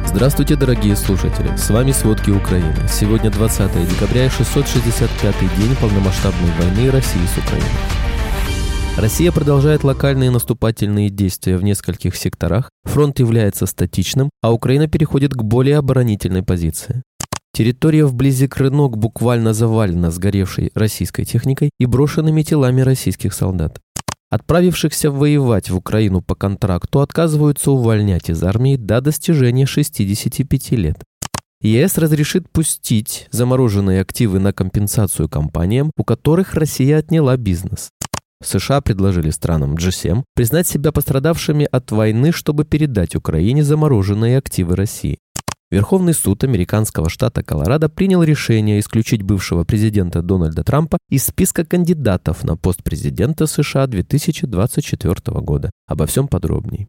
Здравствуйте, дорогие слушатели! С вами «Сводки Украины». Сегодня 20 декабря и 665-й день полномасштабной войны России с Украиной. Россия продолжает локальные наступательные действия в нескольких секторах, фронт является статичным, а Украина переходит к более оборонительной позиции. Территория вблизи Крынок буквально завалена сгоревшей российской техникой и брошенными телами российских солдат. Отправившихся воевать в Украину по контракту отказываются увольнять из армии до достижения 65 лет. ЕС разрешит пустить замороженные активы на компенсацию компаниям, у которых Россия отняла бизнес. США предложили странам G7 признать себя пострадавшими от войны, чтобы передать Украине замороженные активы России. Верховный суд американского штата Колорадо принял решение исключить бывшего президента Дональда Трампа из списка кандидатов на пост президента США 2024 года. Обо всем подробней.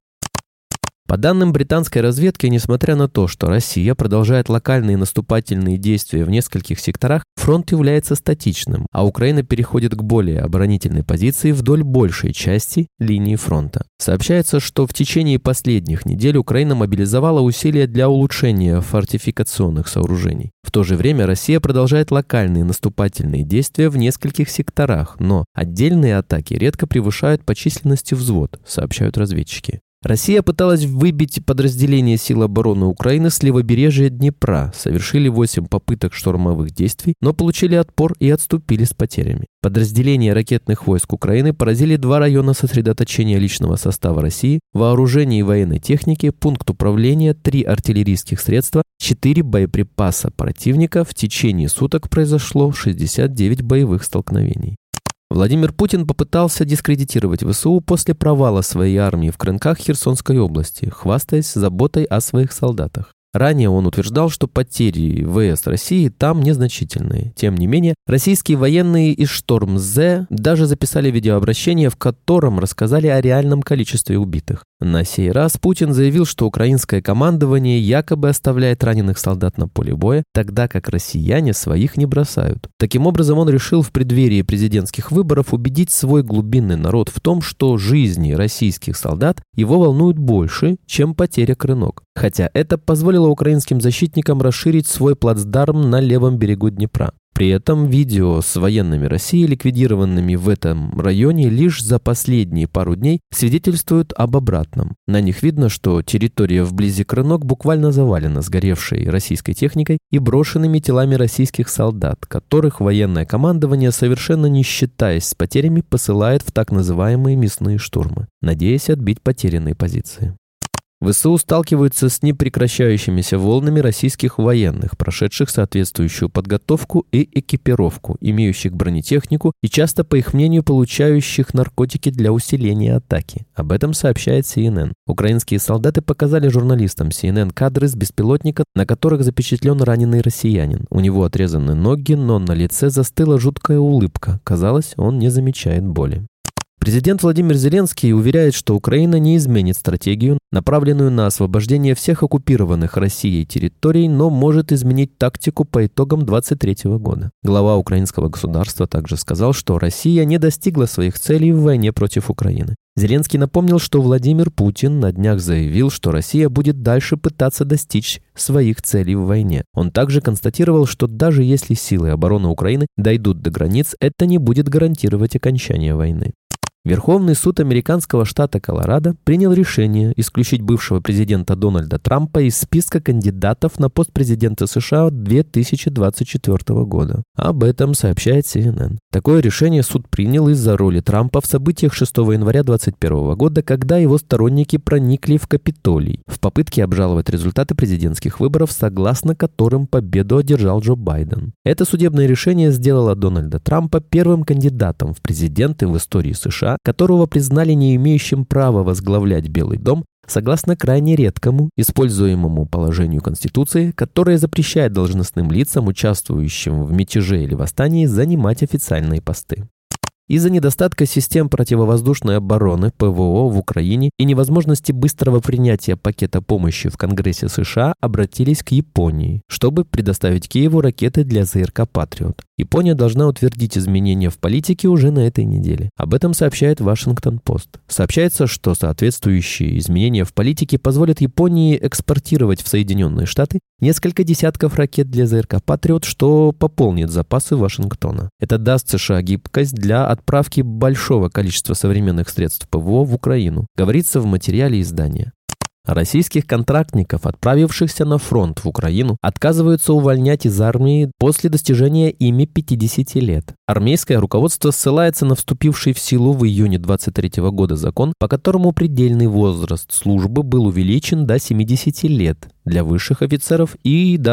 По данным британской разведки, несмотря на то, что Россия продолжает локальные наступательные действия в нескольких секторах, фронт является статичным, а Украина переходит к более оборонительной позиции вдоль большей части линии фронта. Сообщается, что в течение последних недель Украина мобилизовала усилия для улучшения фортификационных сооружений. В то же время Россия продолжает локальные наступательные действия в нескольких секторах, но отдельные атаки редко превышают по численности взвод, сообщают разведчики. Россия пыталась выбить подразделения сил обороны Украины с левобережья Днепра, совершили 8 попыток штурмовых действий, но получили отпор и отступили с потерями. Подразделения ракетных войск Украины поразили 2 района сосредоточения личного состава России, вооружения и военной техники, пункт управления, 3 артиллерийских средства, 4 боеприпаса противника. В течение суток произошло 69 боевых столкновений. Владимир Путин попытался дискредитировать ВСУ после провала своей армии в Крынках Херсонской области, хвастаясь заботой о своих солдатах. Ранее он утверждал, что потери ВС России там незначительные. Тем не менее, российские военные из Шторм-З даже записали видеообращение, в котором рассказали о реальном количестве убитых. На сей раз Путин заявил, что украинское командование якобы оставляет раненых солдат на поле боя, тогда как россияне своих не бросают. Таким образом, он решил в преддверии президентских выборов убедить свой глубинный народ в том, что жизни российских солдат его волнуют больше, чем потеря Крынок. Хотя это позволило украинским защитникам расширить свой плацдарм на левом берегу Днепра. При этом видео с военными России, ликвидированными в этом районе лишь за последние пару дней, свидетельствуют об обратном. На них видно, что территория вблизи Крынок буквально завалена сгоревшей российской техникой и брошенными телами российских солдат, которых военное командование, совершенно не считаясь с потерями, посылает в так называемые мясные штурмы, надеясь отбить потерянные позиции. ВСУ сталкиваются с непрекращающимися волнами российских военных, прошедших соответствующую подготовку и экипировку, имеющих бронетехнику и часто, по их мнению, получающих наркотики для усиления атаки. Об этом сообщает CNN. Украинские солдаты показали журналистам CNN кадры с беспилотника, на которых запечатлен раненый россиянин. У него отрезаны ноги, но на лице застыла жуткая улыбка. Казалось, он не замечает боли. Президент Владимир Зеленский уверяет, что Украина не изменит стратегию, направленную на освобождение всех оккупированных Россией территорий, но может изменить тактику по итогам 2023 года. Глава украинского государства также сказал, что Россия не достигла своих целей в войне против Украины. Зеленский напомнил, что Владимир Путин на днях заявил, что Россия будет дальше пытаться достичь своих целей в войне. Он также констатировал, что даже если силы обороны Украины дойдут до границ, это не будет гарантировать окончание войны. Верховный суд американского штата Колорадо принял решение исключить бывшего президента Дональда Трампа из списка кандидатов на пост президента США 2024 года. Об этом сообщает CNN. Такое решение суд принял из-за роли Трампа в событиях 6 января 2021 года, когда его сторонники проникли в Капитолий в попытке обжаловать результаты президентских выборов, согласно которым победу одержал Джо Байден. Это судебное решение сделало Дональда Трампа первым кандидатом в президенты в истории США, которого признали не имеющим права возглавлять Белый дом, согласно крайне редкому, используемому положению Конституции, которое запрещает должностным лицам, участвующим в мятеже или восстании, занимать официальные посты. Из-за недостатка систем противовоздушной обороны ПВО в Украине и невозможности быстрого принятия пакета помощи в Конгрессе США обратились к Японии, чтобы предоставить Киеву ракеты для ЗРК «Патриот». Япония должна утвердить изменения в политике уже на этой неделе. Об этом сообщает Вашингтон-Пост. Сообщается, что соответствующие изменения в политике позволят Японии экспортировать в Соединенные Штаты несколько десятков ракет для ЗРК «Патриот», что пополнит запасы Вашингтона. Это даст США гибкость для отправки большого количества современных средств ПВО в Украину, говорится в материале издания. Российских контрактников, отправившихся на фронт в Украину, отказываются увольнять из армии после достижения ими 50 лет. Армейское руководство ссылается на вступивший в силу в июне 2023 года закон, по которому предельный возраст службы был увеличен до 70 лет для высших офицеров и до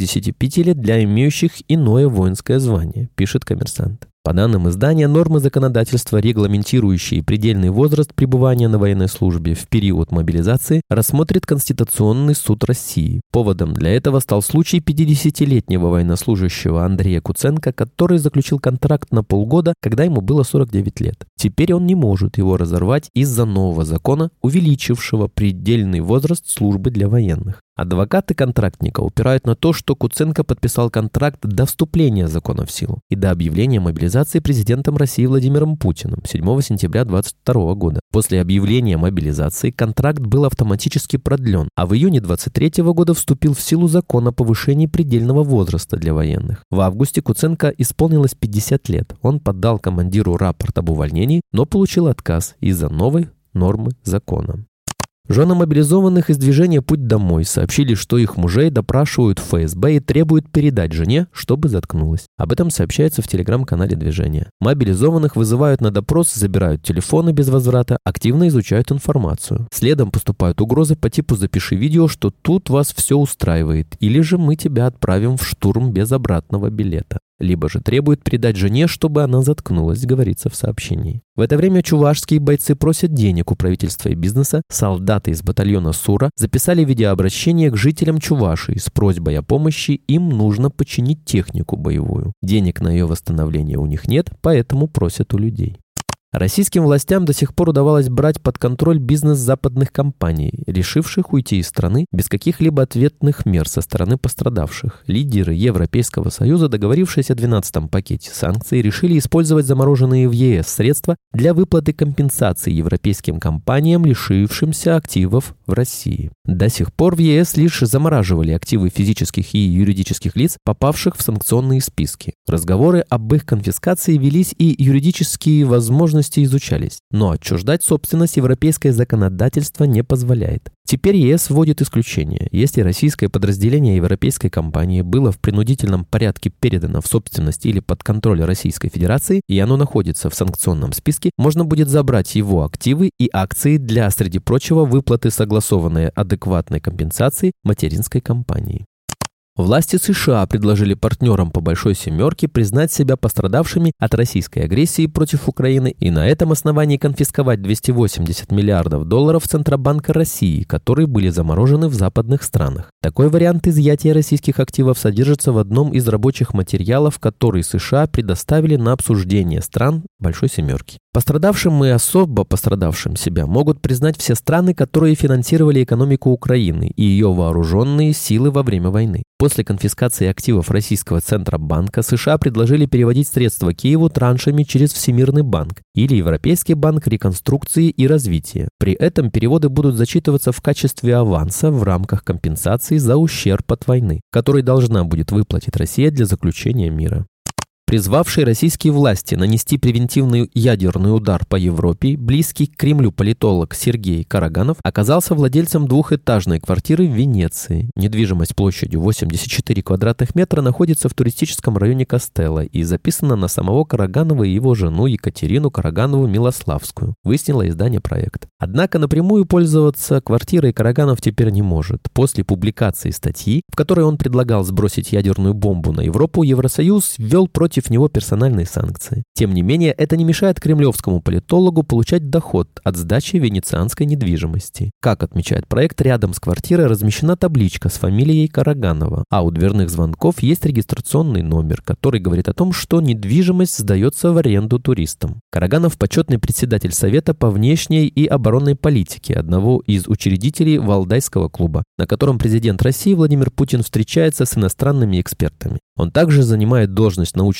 65 лет для имеющих иное воинское звание, пишет «Коммерсант». По данным издания, нормы законодательства, регламентирующие предельный возраст пребывания на военной службе в период мобилизации, рассмотрит Конституционный суд России. Поводом для этого стал случай 50-летнего военнослужащего Андрея Куценко, который заключил контракт на полгода, когда ему было 49 лет. Теперь он не может его разорвать из-за нового закона, увеличившего предельный возраст службы для военных. Адвокаты контрактника упирают на то, что Куценко подписал контракт до вступления закона в силу и до объявления мобилизации президентом России Владимиром Путиным 7 сентября 2022 года. После объявления мобилизации контракт был автоматически продлен, а в июне 2023 года вступил в силу закон о повышении предельного возраста для военных. В августе Куценко исполнилось 50 лет. Он подал командиру рапорт об увольнении, но получил отказ из-за новой нормы закона. Жены мобилизованных из движения «Путь домой» сообщили, что их мужей допрашивают в ФСБ и требуют передать жене, чтобы заткнулась. Об этом сообщается в телеграм-канале движения. Мобилизованных вызывают на допрос, забирают телефоны без возврата, активно изучают информацию. Следом поступают угрозы по типу «запиши видео, что тут вас все устраивает», или же «мы тебя отправим в штурм без обратного билета». Либо же требует передать жене, чтобы она заткнулась, говорится в сообщении. В это время чувашские бойцы просят денег у правительства и бизнеса. Солдаты из батальона СУРА записали видеообращение к жителям Чувашии с просьбой о помощи. Им нужно починить технику боевую. Денег на ее восстановление у них нет, поэтому просят у людей. Российским властям до сих пор удавалось брать под контроль бизнес западных компаний, решивших уйти из страны без каких-либо ответных мер со стороны пострадавших. Лидеры Европейского Союза, договорившись о 12-м пакете санкций, решили использовать замороженные в ЕС средства для выплаты компенсации европейским компаниям, лишившимся активов в России. До сих пор в ЕС лишь замораживали активы физических и юридических лиц, попавших в санкционные списки. Разговоры об их конфискации велись и юридические возможности изучались, но отчуждать собственность европейское законодательство не позволяет. Теперь ЕС вводит исключение. Если российское подразделение европейской компании было в принудительном порядке передано в собственность или под контроль Российской Федерации, и оно находится в санкционном списке, можно будет забрать его активы и акции для, среди прочего, выплаты согласованной адекватной компенсации материнской компании. Власти США предложили партнерам по «Большой семерке» признать себя пострадавшими от российской агрессии против Украины и на этом основании конфисковать $280 миллиардов Центробанка России, которые были заморожены в западных странах. Такой вариант изъятия российских активов содержится в одном из рабочих материалов, который США предоставили на обсуждение стран «Большой семерки». Пострадавшим и особо пострадавшим себя могут признать все страны, которые финансировали экономику Украины и ее вооруженные силы во время войны. После конфискации активов российского Центробанка США предложили переводить средства Киеву траншами через Всемирный банк или Европейский банк реконструкции и развития. При этом переводы будут зачитываться в качестве аванса в рамках компенсации за ущерб от войны, который должна будет выплатить Россия для заключения мира. Призвавший российские власти нанести превентивный ядерный удар по Европе, близкий к Кремлю политолог Сергей Караганов оказался владельцем двухэтажной квартиры в Венеции. Недвижимость площадью 84 квадратных метра находится в туристическом районе Кастелло и записана на самого Караганова и его жену Екатерину Караганову-Милославскую, выяснило издание «Проект». Однако напрямую пользоваться квартирой Караганов теперь не может. После публикации статьи, в которой он предлагал сбросить ядерную бомбу на Европу, Евросоюз ввел против него персональные санкции. Тем не менее, это не мешает кремлевскому политологу получать доход от сдачи венецианской недвижимости. Как отмечает проект, рядом с квартирой размещена табличка с фамилией Караганова, а у дверных звонков есть регистрационный номер, который говорит о том, что недвижимость сдается в аренду туристам. Караганов – почетный председатель Совета по внешней и оборонной политике, одного из учредителей Валдайского клуба, на котором президент России Владимир Путин встречается с иностранными экспертами. Он также занимает должность научного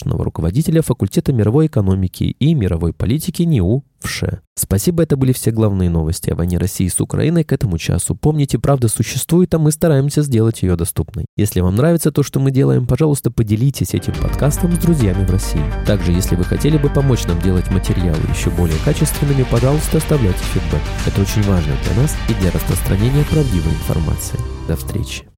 государственного руководителя факультета мировой экономики и мировой политики НИУ ВШЭ. Спасибо, это были все главные новости о войне России с Украиной к этому часу. Помните, правда существует, а мы стараемся сделать ее доступной. Если вам нравится то, что мы делаем, пожалуйста, поделитесь этим подкастом с друзьями в России. Также, если вы хотели бы помочь нам делать материалы еще более качественными, пожалуйста, оставляйте фидбэк. Это очень важно для нас и для распространения правдивой информации. До встречи.